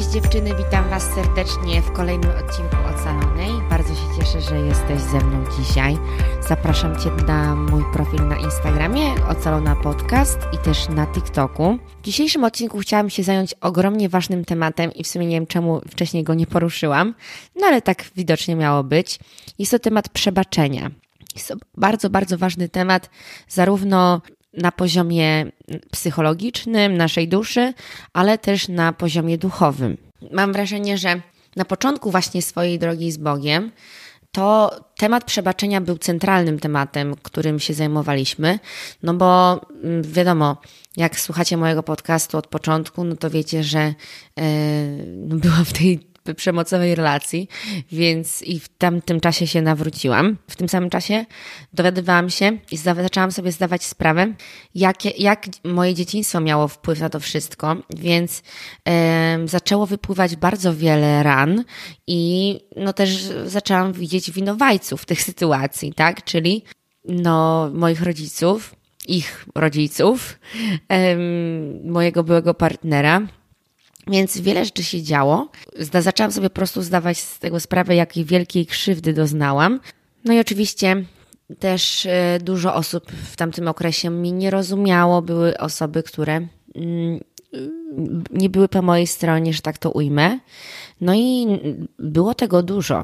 Cześć dziewczyny, witam Was serdecznie w kolejnym odcinku Ocalonej. Bardzo się cieszę, że jesteś ze mną dzisiaj. Zapraszam Cię na mój profil na Instagramie Ocalona Podcast i też na TikToku. W dzisiejszym odcinku chciałam się zająć ogromnie ważnym tematem i w sumie nie wiem czemu wcześniej go nie poruszyłam, no ale tak widocznie miało być. Jest to temat przebaczenia. Jest to bardzo, bardzo ważny temat, zarówno na poziomie psychologicznym, naszej duszy, ale też na poziomie duchowym. Mam wrażenie, że na początku właśnie swojej drogi z Bogiem to temat przebaczenia był centralnym tematem, którym się zajmowaliśmy, no bo wiadomo, jak słuchacie mojego podcastu od początku, no to wiecie, że byłam w tej przemocowej relacji, więc i w tamtym czasie się nawróciłam. W tym samym czasie dowiadywałam się i zaczęłam sobie zdawać sprawę, jak moje dzieciństwo miało wpływ na to wszystko, więc zaczęło wypływać bardzo wiele ran i no też zaczęłam widzieć winowajców tych sytuacji, tak? Czyli moich rodziców, ich rodziców, mojego byłego partnera. Więc wiele rzeczy się działo. Zaczęłam sobie po prostu zdawać z tego sprawę, jakiej wielkiej krzywdy doznałam. No i oczywiście też dużo osób w tamtym okresie mnie nie rozumiało. Były osoby, które nie były po mojej stronie, że tak to ujmę. No i było tego dużo.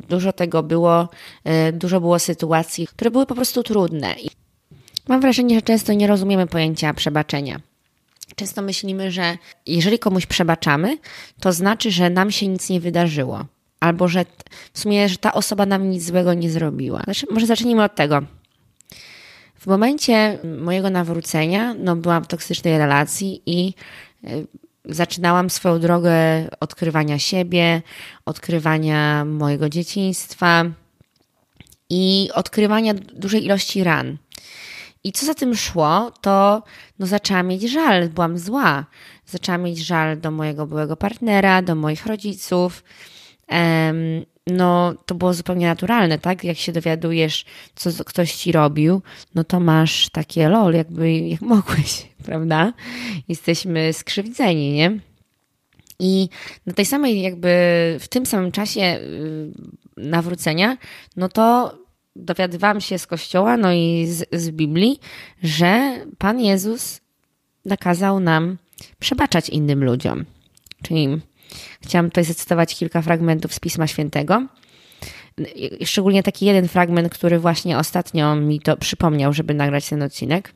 Dużo było sytuacji, które były po prostu trudne. I mam wrażenie, że często nie rozumiemy pojęcia przebaczenia. Często myślimy, że jeżeli komuś przebaczamy, to znaczy, że nam się nic nie wydarzyło. Albo że w sumie, że ta osoba nam nic złego nie zrobiła. Może zacznijmy od tego. W momencie mojego nawrócenia byłam w toksycznej relacji i zaczynałam swoją drogę odkrywania siebie, odkrywania mojego dzieciństwa i odkrywania dużej ilości ran. I co za tym szło, to zaczęłam mieć żal, byłam zła. Zaczęłam mieć żal do mojego byłego partnera, do moich rodziców. To było zupełnie naturalne, tak? Jak się dowiadujesz, co ktoś ci robił, to masz takie lol, jak mogłeś, prawda? Jesteśmy skrzywdzeni, nie? I na tej samej w tym samym czasie nawrócenia, to dowiadywałam się z Kościoła, i z Biblii, że Pan Jezus nakazał nam przebaczać innym ludziom. Czyli chciałam tutaj zacytować kilka fragmentów z Pisma Świętego. Szczególnie taki jeden fragment, który właśnie ostatnio mi to przypomniał, żeby nagrać ten odcinek.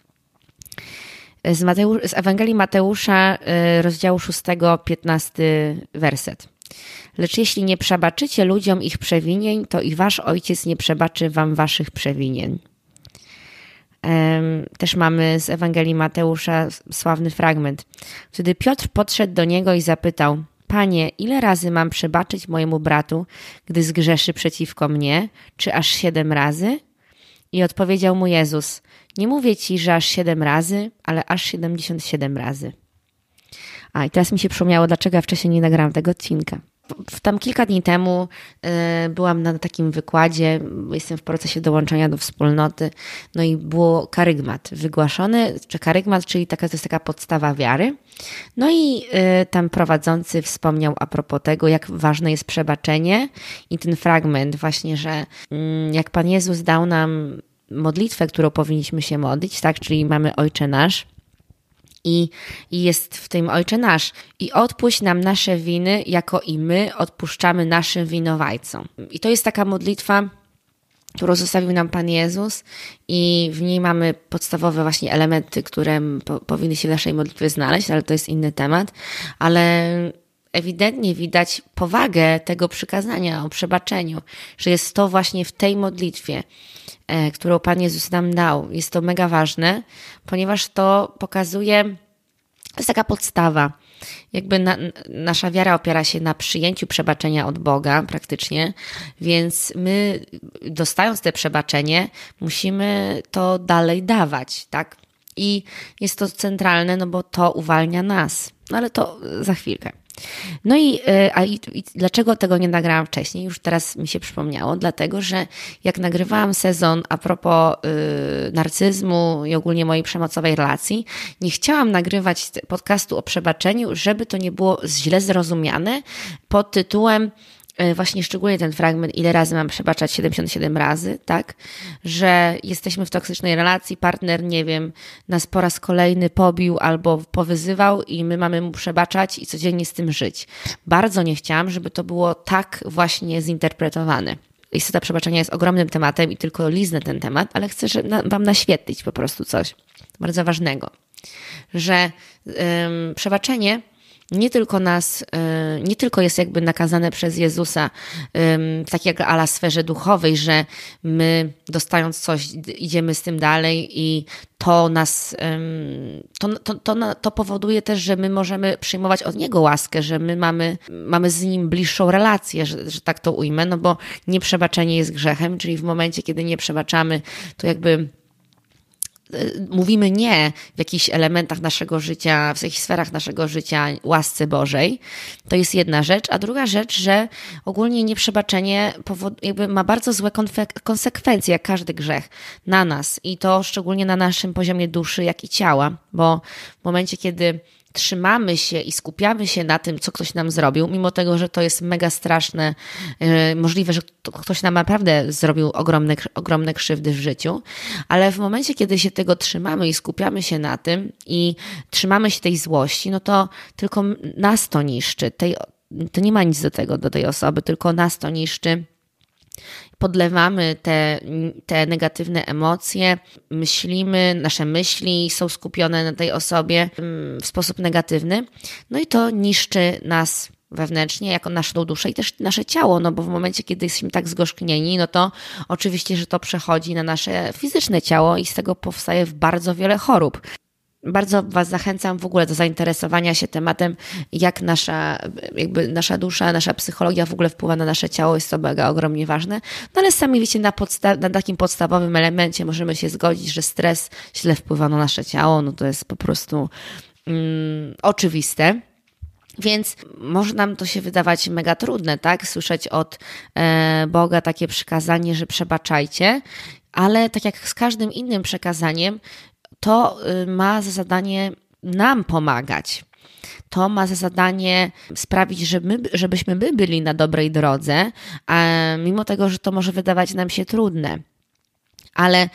Z Ewangelii Mateusza, rozdziału 6, 15 werset. Lecz jeśli nie przebaczycie ludziom ich przewinień, to i wasz Ojciec nie przebaczy wam waszych przewinień. Też mamy z Ewangelii Mateusza sławny fragment. Wtedy Piotr podszedł do niego i zapytał: Panie, ile razy mam przebaczyć mojemu bratu, gdy zgrzeszy przeciwko mnie? Czy aż 7 razy? I odpowiedział mu Jezus: nie mówię ci, że aż 7 razy, ale aż 77 razy. I teraz mi się przypomniało, dlaczego ja wcześniej nie nagrałam tego odcinka. Tam kilka dni temu byłam na takim wykładzie, jestem w procesie dołączenia do wspólnoty, i było karygmat wygłaszony, czyli to jest taka podstawa wiary. I tam prowadzący wspomniał a propos tego, jak ważne jest przebaczenie i ten fragment właśnie, że jak Pan Jezus dał nam modlitwę, którą powinniśmy się modlić, tak, czyli mamy Ojcze Nasz, I jest w tym Ojcze Nasz. I odpuść nam nasze winy, jako i my odpuszczamy naszym winowajcom. I to jest taka modlitwa, którą zostawił nam Pan Jezus i w niej mamy podstawowe właśnie elementy, które powinny się w naszej modlitwie znaleźć, ale to jest inny temat. Ale ewidentnie widać powagę tego przykazania o przebaczeniu, że jest to właśnie w tej modlitwie, którą Pan Jezus nam dał. Jest to mega ważne, ponieważ to pokazuje, to jest taka podstawa. Nasza wiara opiera się na przyjęciu przebaczenia od Boga praktycznie, więc my, dostając te przebaczenie, musimy to dalej dawać, tak? I jest to centralne, bo to uwalnia nas. Ale to za chwilkę. No i dlaczego tego nie nagrałam wcześniej? Już teraz mi się przypomniało, dlatego, że jak nagrywałam sezon a propos narcyzmu i ogólnie mojej przemocowej relacji, nie chciałam nagrywać podcastu o przebaczeniu, żeby to nie było źle zrozumiane pod tytułem właśnie szczególnie ten fragment, ile razy mam przebaczać, 77 razy, tak? Że jesteśmy w toksycznej relacji, partner, nie wiem, nas po raz kolejny pobił albo powyzywał i my mamy mu przebaczać i codziennie z tym żyć. Bardzo nie chciałam, żeby to było tak właśnie zinterpretowane. Istota przebaczenia jest ogromnym tematem i tylko liznę ten temat, ale chcę wam naświetlić po prostu coś bardzo ważnego, że przebaczenie nie tylko jest jakby nakazane przez Jezusa w takiej jak ala sferze duchowej, że my dostając coś idziemy z tym dalej i to nas, to powoduje też, że my możemy przyjmować od Niego łaskę, że my mamy z Nim bliższą relację, że tak to ujmę, no bo nieprzebaczenie jest grzechem, czyli w momencie, kiedy nie przebaczamy, to jakby mówimy nie w jakichś elementach naszego życia, w jakichś sferach naszego życia łasce Bożej. To jest jedna rzecz. A druga rzecz, że ogólnie nieprzebaczenie jakby ma bardzo złe konsekwencje, jak każdy grzech, na nas. I to szczególnie na naszym poziomie duszy, jak i ciała. Bo w momencie, kiedy trzymamy się i skupiamy się na tym, co ktoś nam zrobił, mimo tego, że to jest mega straszne, możliwe, że ktoś nam naprawdę zrobił ogromne krzywdy w życiu, ale w momencie, kiedy się tego trzymamy i skupiamy się na tym i trzymamy się tej złości, no to tylko nas to niszczy. To nie ma nic do tej osoby, tylko nas to niszczy. Podlewamy te negatywne emocje, myślimy, nasze myśli są skupione na tej osobie w sposób negatywny, no i to niszczy nas wewnętrznie, jako naszą duszę i też nasze ciało, no bo w momencie, kiedy jesteśmy tak zgorzknieni, no to oczywiście, że to przechodzi na nasze fizyczne ciało i z tego powstaje bardzo wiele chorób. Bardzo Was zachęcam w ogóle do zainteresowania się tematem, jak nasza dusza, nasza psychologia w ogóle wpływa na nasze ciało, jest to mega ogromnie ważne. No ale sami wiecie, na takim podstawowym elemencie możemy się zgodzić, że stres źle wpływa na nasze ciało, no to jest po prostu oczywiste. Więc może nam to się wydawać mega trudne, tak? Słyszeć od Boga takie przykazanie, że przebaczajcie, ale tak jak z każdym innym przekazaniem, to ma za zadanie nam pomagać. To ma za zadanie sprawić, żebyśmy my byli na dobrej drodze, a mimo tego, że to może wydawać nam się trudne. Ale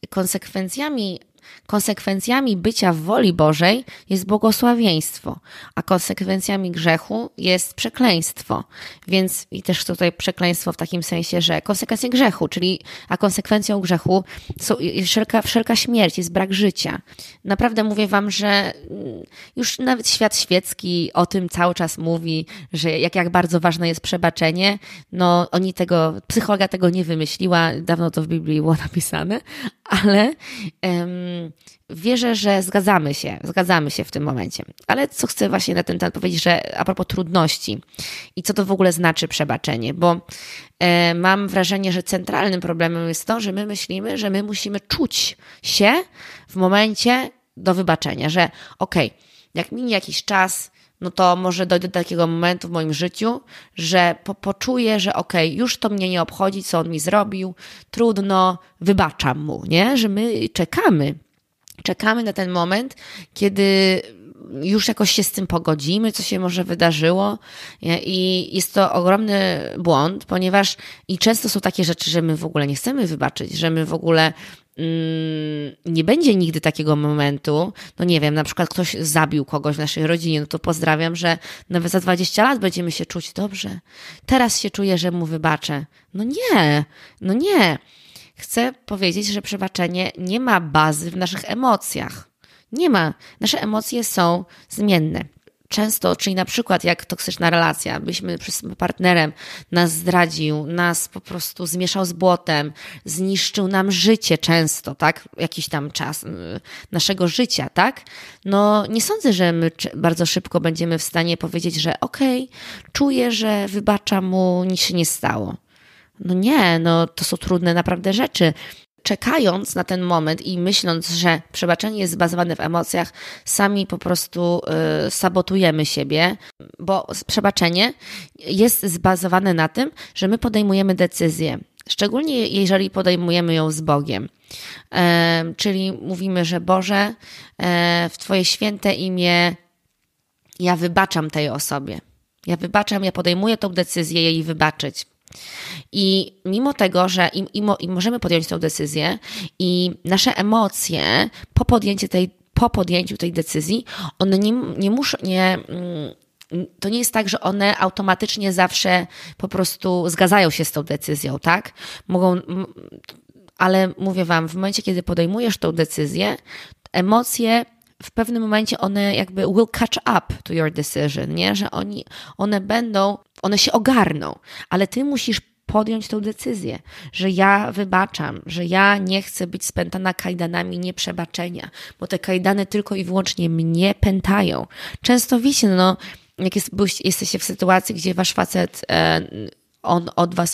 konsekwencjami bycia w woli Bożej jest błogosławieństwo, a konsekwencjami grzechu jest przekleństwo. Więc i też tutaj przekleństwo w takim sensie, że konsekwencje grzechu, a konsekwencją grzechu jest wszelka śmierć, jest brak życia. Naprawdę mówię wam, że już nawet świat świecki o tym cały czas mówi, że jak bardzo ważne jest przebaczenie. No psychologia tego nie wymyśliła, dawno to w Biblii było napisane, ale wierzę, że zgadzamy się w tym momencie. Ale co chcę właśnie na ten temat powiedzieć, że a propos trudności i co to w ogóle znaczy przebaczenie, bo mam wrażenie, że centralnym problemem jest to, że my myślimy, że my musimy czuć się w momencie do wybaczenia, że jak minie jakiś czas, no to może dojdę do takiego momentu w moim życiu, że poczuję, że już to mnie nie obchodzi, co on mi zrobił, trudno, wybaczam mu, nie? Że my czekamy na ten moment, kiedy już jakoś się z tym pogodzimy, co się może wydarzyło i jest to ogromny błąd, ponieważ i często są takie rzeczy, że my w ogóle nie chcemy wybaczyć, że my w ogóle nie będzie nigdy takiego momentu, no nie wiem, na przykład ktoś zabił kogoś w naszej rodzinie, no to pozdrawiam, że nawet za 20 lat będziemy się czuć dobrze. Teraz się czuję, że mu wybaczę. No nie. Chcę powiedzieć, że przebaczenie nie ma bazy w naszych emocjach. Nie ma. Nasze emocje są zmienne. Często, czyli na przykład jak toksyczna relacja, byliśmy z partnerem, nas zdradził, nas po prostu zmieszał z błotem, zniszczył nam życie często, tak? Jakiś tam czas naszego życia, tak? No nie sądzę, że my bardzo szybko będziemy w stanie powiedzieć, że czuję, że wybaczam mu, nic się nie stało. No nie, to są trudne naprawdę rzeczy. czekając na ten moment i myśląc, że przebaczenie jest zbazowane w emocjach, sami po prostu sabotujemy siebie, bo przebaczenie jest zbazowane na tym, że my podejmujemy decyzję. Szczególnie jeżeli podejmujemy ją z Bogiem. Czyli mówimy, że Boże, w Twoje święte imię ja wybaczam tej osobie. Ja podejmuję tą decyzję jej wybaczyć. I mimo tego, że i możemy podjąć tę decyzję i nasze emocje po podjęciu tej decyzji, one nie muszą, to nie jest tak, że one automatycznie zawsze po prostu zgadzają się z tą decyzją, tak? Ale mówię Wam, w momencie, kiedy podejmujesz tą decyzję, emocje w pewnym momencie one jakby will catch up to your decision, nie? Że one się ogarną, ale Ty musisz podjąć tą decyzję, że ja wybaczam, że ja nie chcę być spętana kajdanami nieprzebaczenia, bo te kajdany tylko i wyłącznie mnie pętają. Często wiecie, jak jesteście w sytuacji, gdzie wasz facet, on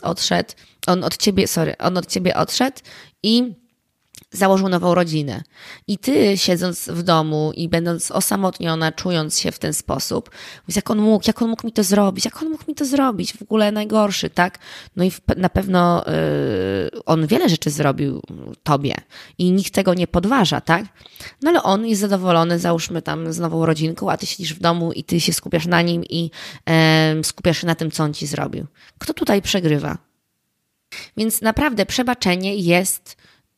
od ciebie odszedł i założył nową rodzinę. I ty, siedząc w domu i będąc osamotniona, czując się w ten sposób, mówisz, jak on mógł mi to zrobić, w ogóle najgorszy, tak? No i na pewno on wiele rzeczy zrobił tobie i nikt tego nie podważa, tak? No ale on jest zadowolony, załóżmy tam z nową rodzinką, a ty siedzisz w domu i ty się skupiasz na nim i skupiasz się na tym, co on ci zrobił. Kto tutaj przegrywa? Więc naprawdę przebaczenie jest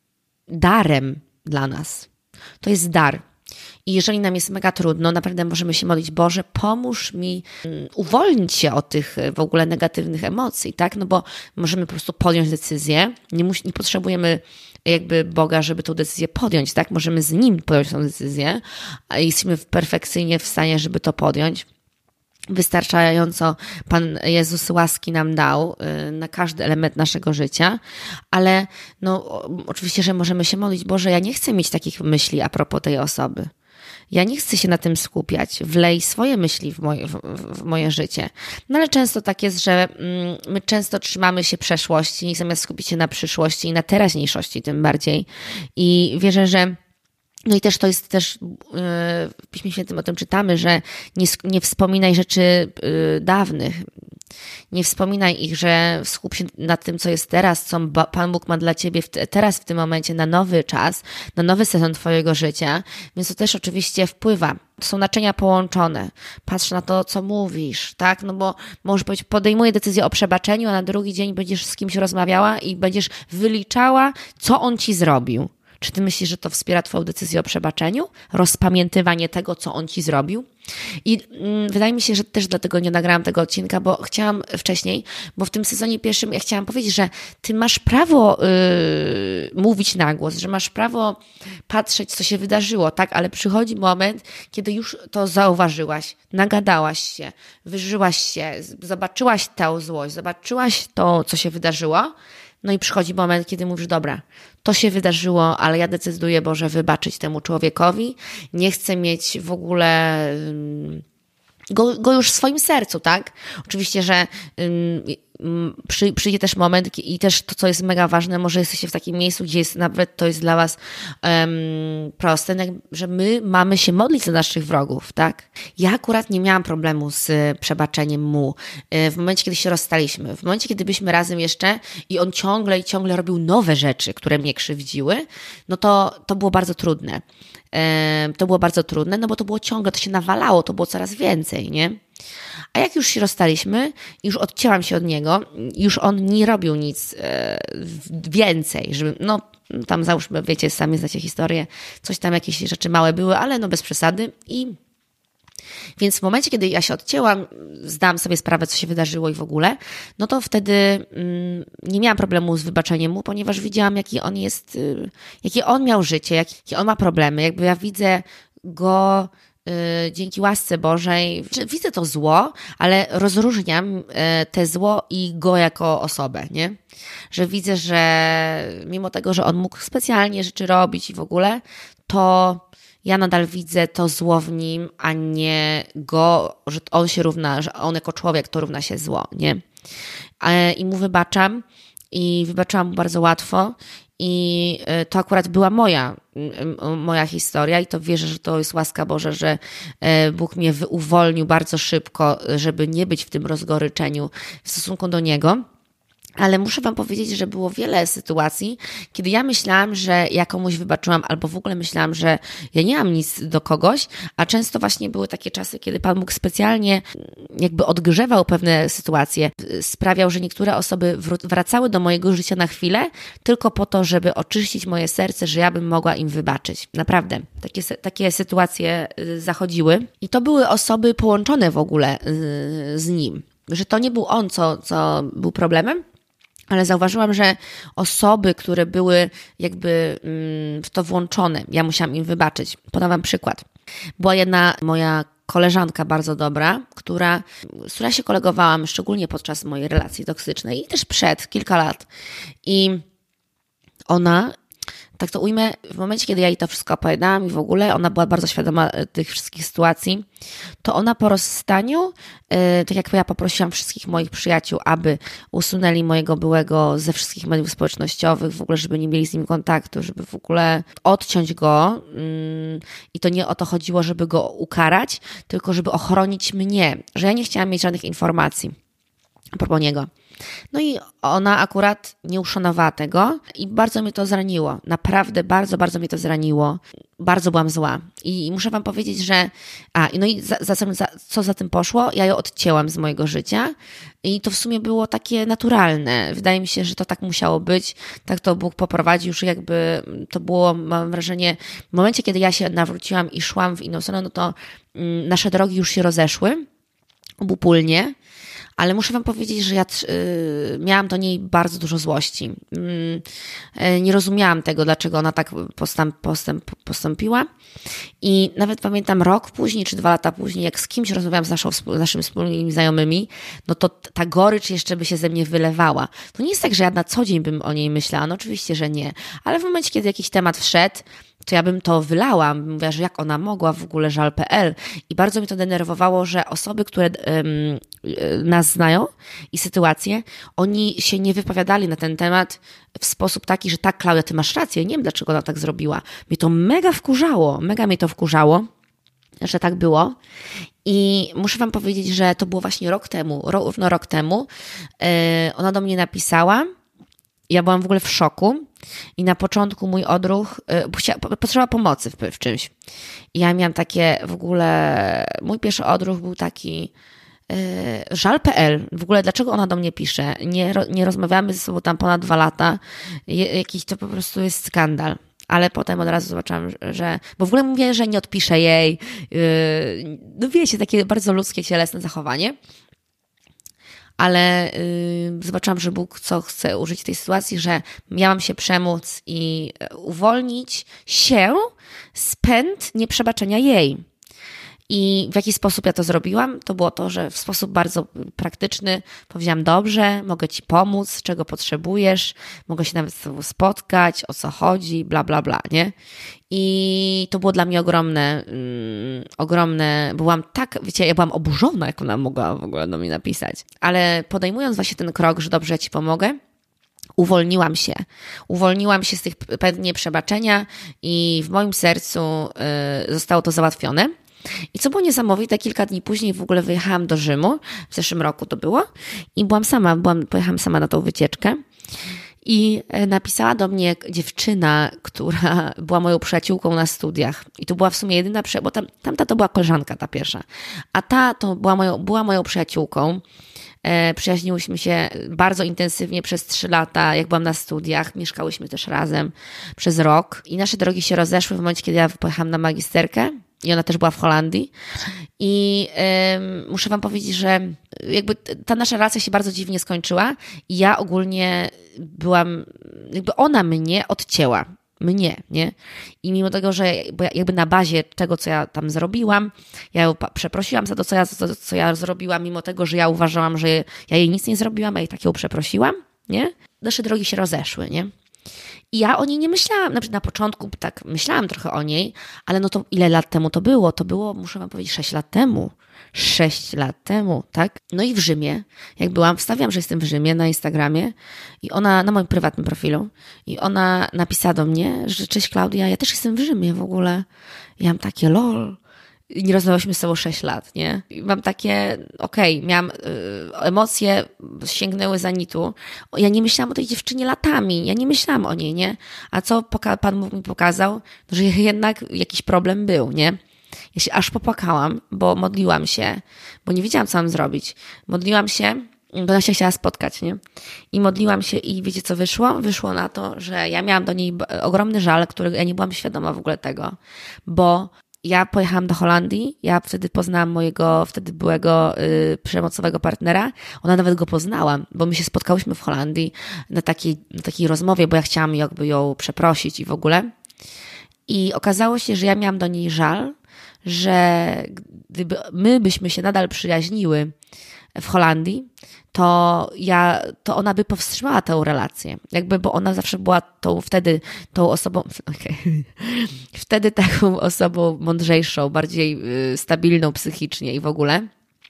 darem dla nas. To jest dar. I jeżeli nam jest mega trudno, naprawdę możemy się modlić, Boże, pomóż mi uwolnić się od tych w ogóle negatywnych emocji, tak? No bo możemy po prostu podjąć decyzję. Nie potrzebujemy jakby Boga, żeby tą decyzję podjąć, tak? Możemy z Nim podjąć tę decyzję, a jesteśmy perfekcyjnie w stanie, żeby to podjąć. Wystarczająco Pan Jezus łaski nam dał na każdy element naszego życia, ale oczywiście, że możemy się modlić, Boże, ja nie chcę mieć takich myśli a propos tej osoby. Ja nie chcę się na tym skupiać. Wlej swoje myśli w moje życie. No ale często tak jest, że my często trzymamy się przeszłości, zamiast skupić się na przyszłości i na teraźniejszości tym bardziej. I wierzę, że no i też to jest też w Piśmie Świętym o tym czytamy, że nie wspominaj rzeczy dawnych. Nie wspominaj ich, że skup się na tym, co jest teraz, co Pan Bóg ma dla ciebie teraz w tym momencie na nowy czas, na nowy sezon twojego życia. Więc to też oczywiście wpływa. To są naczynia połączone. Patrz na to, co mówisz, tak? No bo możesz powiedzieć, podejmuję decyzję o przebaczeniu, a na drugi dzień będziesz z kimś rozmawiała i będziesz wyliczała, co on ci zrobił. Czy ty myślisz, że to wspiera twoją decyzję o przebaczeniu? Rozpamiętywanie tego, co on ci zrobił? I wydaje mi się, że też dlatego nie nagrałam tego odcinka, bo chciałam wcześniej, bo w tym sezonie pierwszym ja chciałam powiedzieć, że ty masz prawo mówić na głos, że masz prawo patrzeć, co się wydarzyło, tak? Ale przychodzi moment, kiedy już to zauważyłaś, nagadałaś się, wyżyłaś się, zobaczyłaś tę złość, zobaczyłaś to, co się wydarzyło. No i przychodzi moment, kiedy mówisz, dobra, to się wydarzyło, ale ja decyduję, Boże, wybaczyć temu człowiekowi. Nie chcę mieć w ogóle go już w swoim sercu, tak? Oczywiście, że przyjdzie też moment i też to, co jest mega ważne, może jesteście w takim miejscu, gdzie nawet to jest dla was proste, że my mamy się modlić za naszych wrogów, tak? Ja akurat nie miałam problemu z przebaczeniem mu w momencie, kiedy się rozstaliśmy. W momencie, kiedy byliśmy razem jeszcze i on ciągle robił nowe rzeczy, które mnie krzywdziły, no to było bardzo trudne. To było bardzo trudne, no bo to było ciągle, to się nawalało, to było coraz więcej, nie? A jak już się rozstaliśmy, już odcięłam się od niego, już on nie robił nic więcej, żeby, tam załóżmy, wiecie, sami znacie historię, coś tam, jakieś rzeczy małe były, ale bez przesady Więc w momencie, kiedy ja się odcięłam, zdałam sobie sprawę, co się wydarzyło i w ogóle, no to wtedy nie miałam problemu z wybaczeniem mu, ponieważ widziałam, jaki on jest, jakie on miał życie, jakie on ma problemy. Jakby ja widzę go dzięki łasce Bożej, widzę to zło, ale rozróżniam te zło i go jako osobę, nie? Że widzę, że mimo tego, że on mógł specjalnie rzeczy robić i w ogóle, to ja nadal widzę to zło w nim, a nie go, że on się równa, że on jako człowiek to równa się zło, nie? I mu wybaczam i wybaczyłam mu bardzo łatwo i to akurat była moja historia i to wierzę, że to jest łaska Boża, że Bóg mnie uwolnił bardzo szybko, żeby nie być w tym rozgoryczeniu w stosunku do Niego. Ale muszę wam powiedzieć, że było wiele sytuacji, kiedy ja myślałam, że ja komuś wybaczyłam, albo w ogóle myślałam, że ja nie mam nic do kogoś, a często właśnie były takie czasy, kiedy Pan Bóg specjalnie jakby odgrzewał pewne sytuacje, sprawiał, że niektóre osoby wracały do mojego życia na chwilę, tylko po to, żeby oczyścić moje serce, że ja bym mogła im wybaczyć. Naprawdę, takie sytuacje zachodziły i to były osoby połączone w ogóle z Nim, że to nie był On, co był problemem, ale zauważyłam, że osoby, które były jakby w to włączone, ja musiałam im wybaczyć. Podam wam przykład. Była jedna moja koleżanka bardzo dobra, z którą się kolegowałam, szczególnie podczas mojej relacji toksycznej i też przed kilka lat. I ona, tak to ujmę, w momencie, kiedy ja jej to wszystko opowiadałam i w ogóle ona była bardzo świadoma tych wszystkich sytuacji, to ona po rozstaniu, tak jak ja poprosiłam wszystkich moich przyjaciół, aby usunęli mojego byłego ze wszystkich mediów społecznościowych, w ogóle, żeby nie mieli z nim kontaktu, żeby w ogóle odciąć go i to nie o to chodziło, żeby go ukarać, tylko żeby ochronić mnie, że ja nie chciałam mieć żadnych informacji a propos niego. No i ona akurat nie uszanowała tego i bardzo mnie to zraniło. Naprawdę bardzo, bardzo mnie to zraniło. Bardzo byłam zła. I muszę wam powiedzieć, że... No i co za tym poszło? Ja ją odcięłam z mojego życia i to w sumie było takie naturalne. Wydaje mi się, że to tak musiało być. Tak to Bóg poprowadził. Już jakby to było, mam wrażenie, w momencie, kiedy ja się nawróciłam i szłam w inną stronę, no to nasze drogi już się rozeszły obopólnie. Ale muszę wam powiedzieć, że ja miałam do niej bardzo dużo złości. Nie rozumiałam tego, dlaczego ona tak postąpiła. I nawet pamiętam rok później, czy 2 lata później, jak z kimś rozmawiałam z naszymi wspólnymi znajomymi, no to ta gorycz jeszcze by się ze mnie wylewała. To nie jest tak, że ja na co dzień bym o niej myślała. No oczywiście, że nie. Ale w momencie, kiedy jakiś temat wszedł, to ja bym to wylała. Mówiła, że jak ona mogła w ogóle żal.pl. I bardzo mi to denerwowało, że osoby, które nas znają i sytuacje, oni się nie wypowiadali na ten temat w sposób taki, że tak, Klaudia, ty masz rację. Nie wiem, dlaczego ona tak zrobiła. Mnie to mega mnie to wkurzało, że tak było. I muszę wam powiedzieć, że to było właśnie równo rok temu. Ona do mnie napisała. Ja byłam w ogóle w szoku i na początku mój odruch potrzeba pomocy w czymś. I ja miałam takie w ogóle, mój pierwszy odruch był taki żal.pl, w ogóle dlaczego ona do mnie pisze? Nie rozmawiamy ze sobą tam ponad 2 lata, jakiś to po prostu jest skandal. Ale potem od razu zobaczyłam, bo w ogóle mówię, że nie odpiszę jej, no wiecie, takie bardzo ludzkie, cielesne zachowanie. Ale zobaczyłam, że Bóg chce użyć tej sytuacji, że ja mam się przemóc i uwolnić się z pęd nieprzebaczenia jej. I w jaki sposób ja to zrobiłam? To było to, że w sposób bardzo praktyczny powiedziałam, dobrze, mogę ci pomóc, czego potrzebujesz, mogę się nawet z tobą spotkać, o co chodzi, bla, bla, bla, nie? I to było dla mnie ogromne, byłam tak, wiecie, ja byłam oburzona, jak ona mogła w ogóle do mnie napisać. Ale podejmując właśnie ten krok, że dobrze, ja ci pomogę, uwolniłam się z tych pewnie przebaczenia i w moim sercu zostało to załatwione. I co było niesamowite, kilka dni później w ogóle wyjechałam do Rzymu, w zeszłym roku to było, i pojechałam sama na tą wycieczkę i napisała do mnie dziewczyna, która była moją przyjaciółką na studiach i to była w sumie jedyna, bo tamta to była koleżanka, ta pierwsza, a ta to była moją przyjaciółką. Przyjaźniłyśmy się bardzo intensywnie przez 3 lata, jak byłam na studiach, mieszkałyśmy też razem przez rok i nasze drogi się rozeszły w momencie, kiedy ja pojechałam na magisterkę. I ona też była w Holandii. I muszę wam powiedzieć, że jakby ta nasza relacja się bardzo dziwnie skończyła i ja ogólnie ona mnie odcięła. Mnie, nie? I mimo tego, że jakby na bazie tego, co ja tam zrobiłam, ja ją przeprosiłam za to, co ja zrobiłam, mimo tego, że ja uważałam, że ja jej nic nie zrobiłam, a jej tak ją przeprosiłam, nie? Nasze drogi się rozeszły, nie? I ja o niej nie myślałam, na początku tak myślałam trochę o niej, ale no to ile lat temu to było? To było, muszę wam powiedzieć, 6 lat temu. 6 lat temu, tak? No i w Rzymie, jak byłam, wstawiam, że jestem w Rzymie na Instagramie i ona, na moim prywatnym profilu, i ona napisała do mnie, że cześć Klaudia, ja też jestem w Rzymie w ogóle. Ja mam takie lol. Nie rozmawialiśmy z sobą 6 lat, nie? I mam takie, miałam emocje, sięgnęły zenitu. Ja nie myślałam o tej dziewczynie latami, ja nie myślałam o niej, nie? A co Pan Bóg mi pokazał? Że jednak jakiś problem był, nie? Ja się aż popłakałam, bo modliłam się, bo nie wiedziałam, co mam zrobić. Modliłam się, bo ona się chciała spotkać, nie? I modliłam się i wiecie, co wyszło? Wyszło na to, że ja miałam do niej ogromny żal, którego ja nie byłam świadoma w ogóle tego, bo ja pojechałam do Holandii, ja wtedy poznałam mojego wtedy byłego przemocowego partnera, ona nawet go poznała, bo my się spotkałyśmy w Holandii na takiej rozmowie, bo ja chciałam jakby ją przeprosić i w ogóle. I okazało się, że ja miałam do niej żal, że gdyby my byśmy się nadal przyjaźniły w Holandii, to ona by powstrzymała tę relację. Bo ona zawsze była tą osobą, wtedy taką osobą mądrzejszą, bardziej stabilną psychicznie i w ogóle.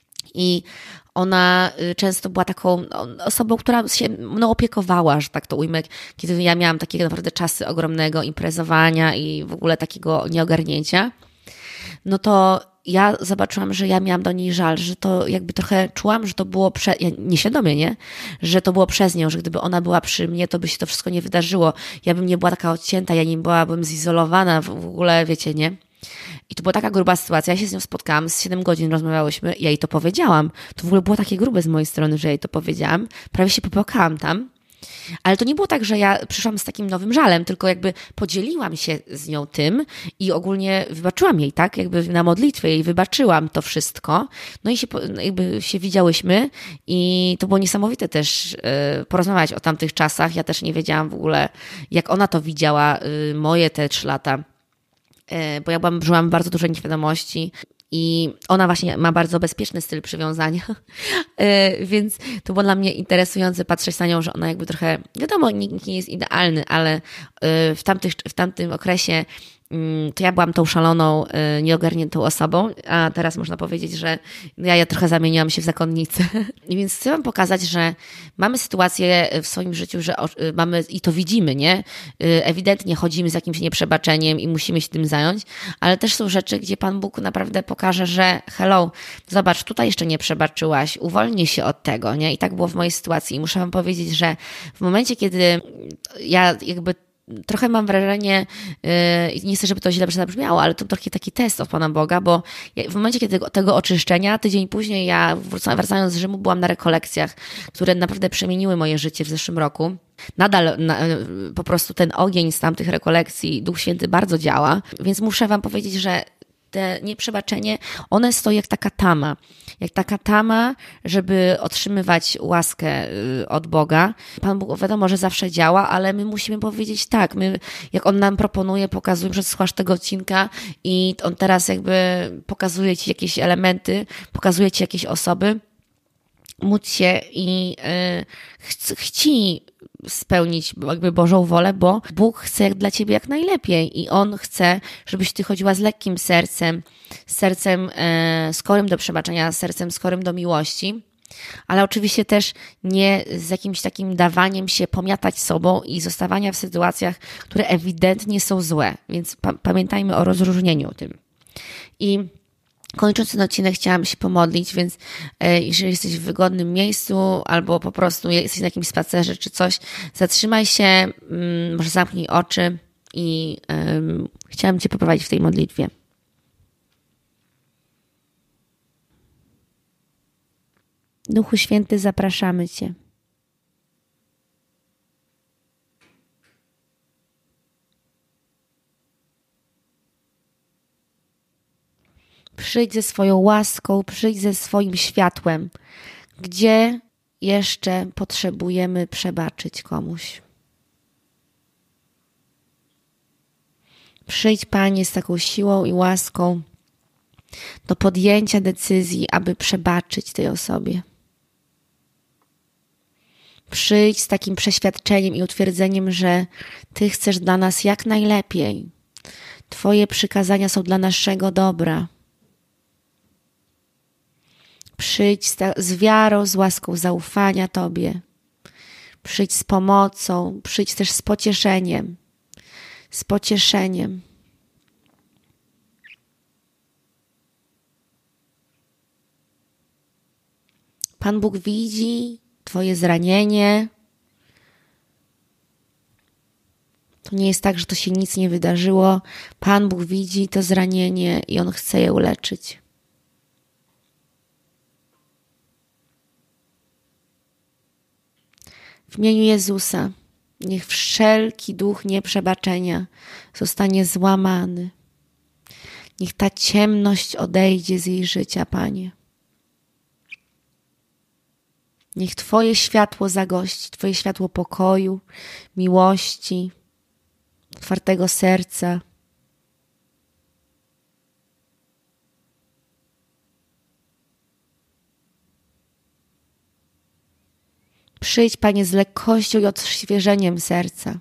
I ona często była taką osobą, która się mną opiekowała, że tak to ujmę, kiedy ja miałam takie naprawdę czasy ogromnego imprezowania i w ogóle takiego nieogarnięcia. No to ja zobaczyłam, że ja miałam do niej żal, że to jakby trochę czułam, że to było nieświadomie, nie? Że to było przez nią, że gdyby ona była przy mnie, to by się to wszystko nie wydarzyło. Ja bym nie była taka odcięta, ja nie byłabym zizolowana w ogóle, wiecie, nie? I to była taka gruba sytuacja. Ja się z nią spotkałam, z 7 godzin rozmawiałyśmy, ja jej to powiedziałam. To w ogóle było takie grube z mojej strony, że jej to powiedziałam. Prawie się popłakałam tam. Ale to nie było tak, że ja przyszłam z takim nowym żalem, tylko jakby podzieliłam się z nią tym i ogólnie wybaczyłam jej, tak? Jakby na modlitwie jej wybaczyłam to wszystko. No i się widziałyśmy i to było niesamowite też porozmawiać o tamtych czasach. Ja też nie wiedziałam w ogóle, jak ona to widziała, moje te 3 lata. Bo ja żyłam w bardzo dużej nieświadomości i ona właśnie ma bardzo bezpieczny styl przywiązania, więc to było dla mnie interesujące patrzeć na nią, że ona jakby trochę, wiadomo, nikt nie jest idealny, ale w tamtym okresie to ja byłam tą szaloną, nieogarniętą osobą, a teraz można powiedzieć, że ja trochę zamieniłam się w zakonnicę. Więc chcę wam pokazać, że mamy sytuację w swoim życiu, że mamy i to widzimy, nie? Ewidentnie chodzimy z jakimś nieprzebaczeniem i musimy się tym zająć, ale też są rzeczy, gdzie Pan Bóg naprawdę pokaże, że hello, zobacz, tutaj jeszcze nie przebaczyłaś, uwolnij się od tego, nie? I tak było w mojej sytuacji. I muszę wam powiedzieć, że w momencie, kiedy ja jakby trochę mam wrażenie, nie chcę, żeby to źle zabrzmiało, ale to trochę taki test od Pana Boga, bo w momencie tego oczyszczenia, tydzień później ja wracając z Rzymu byłam na rekolekcjach, które naprawdę przemieniły moje życie w zeszłym roku. Nadal po prostu ten ogień z tamtych rekolekcji, Duch Święty bardzo działa, więc muszę wam powiedzieć, że te nieprzebaczenie, one stoją jak taka tama, żeby otrzymywać łaskę od Boga. Pan Bóg wiadomo, że zawsze działa, ale my musimy powiedzieć tak, jak On nam proponuje, pokazuje, że słuchasz tego odcinka i On teraz jakby pokazuje ci jakieś elementy, pokazuje ci jakieś osoby, módl się i chciej spełnić jakby Bożą wolę, bo Bóg chce dla ciebie jak najlepiej i On chce, żebyś ty chodziła z lekkim sercem, skorym do przebaczenia, sercem skorym do miłości, ale oczywiście też nie z jakimś takim dawaniem się pomiatać sobą i zostawania w sytuacjach, które ewidentnie są złe, więc pamiętajmy o rozróżnieniu tym. I kończąc ten odcinek chciałam się pomodlić, więc jeżeli jesteś w wygodnym miejscu albo po prostu jesteś na jakimś spacerze czy coś, zatrzymaj się, może zamknij oczy i chciałam Cię poprowadzić w tej modlitwie. Duchu Święty, zapraszamy Cię. Przyjdź ze swoją łaską, przyjdź ze swoim światłem, gdzie jeszcze potrzebujemy przebaczyć komuś. Przyjdź, Panie, z taką siłą i łaską do podjęcia decyzji, aby przebaczyć tej osobie. Przyjdź z takim przeświadczeniem i utwierdzeniem, że Ty chcesz dla nas jak najlepiej. Twoje przykazania są dla naszego dobra. Przyjdź z wiarą, z łaską zaufania Tobie. Przyjdź z pomocą, przyjdź też z pocieszeniem. Z pocieszeniem. Pan Bóg widzi Twoje zranienie. To nie jest tak, że to się nic nie wydarzyło. Pan Bóg widzi to zranienie i On chce je uleczyć. W imieniu Jezusa niech wszelki duch nieprzebaczenia zostanie złamany. Niech ta ciemność odejdzie z jej życia, Panie. Niech Twoje światło zagości, Twoje światło pokoju, miłości, otwartego serca. Przyjdź, Panie, z lekkością i odświeżeniem serca.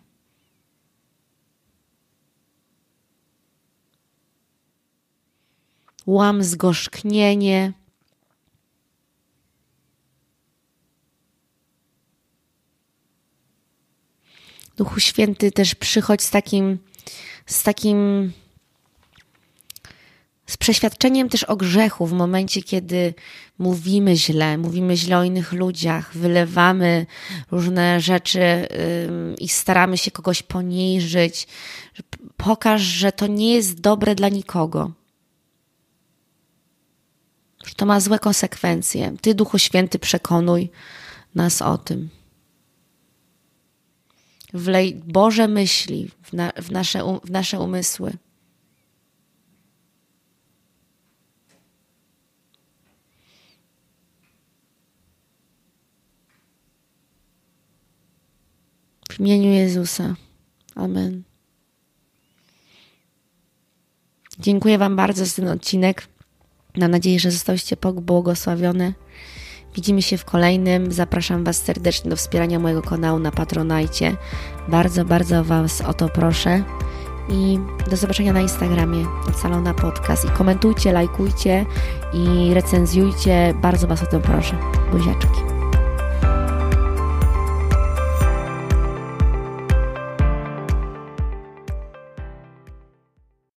Łam zgorzknienie. Duchu Święty, też przychodź z przeświadczeniem też o grzechu w momencie, kiedy mówimy źle o innych ludziach, wylewamy różne rzeczy i staramy się kogoś poniżyć. Pokaż, że to nie jest dobre dla nikogo. Że to ma złe konsekwencje. Ty, Duchu Święty, przekonuj nas o tym. Wlej Boże myśli w nasze umysły. W imieniu Jezusa. Amen. Dziękuję Wam bardzo za ten odcinek. Mam nadzieję, że zostałyście pobłogosławione. Widzimy się w kolejnym. Zapraszam Was serdecznie do wspierania mojego kanału na Patronite. Bardzo, bardzo Was o to proszę. I do zobaczenia na Instagramie Ocalona Podcast. I komentujcie, lajkujcie i recenzjujcie. Bardzo Was o to proszę. Buziaczki.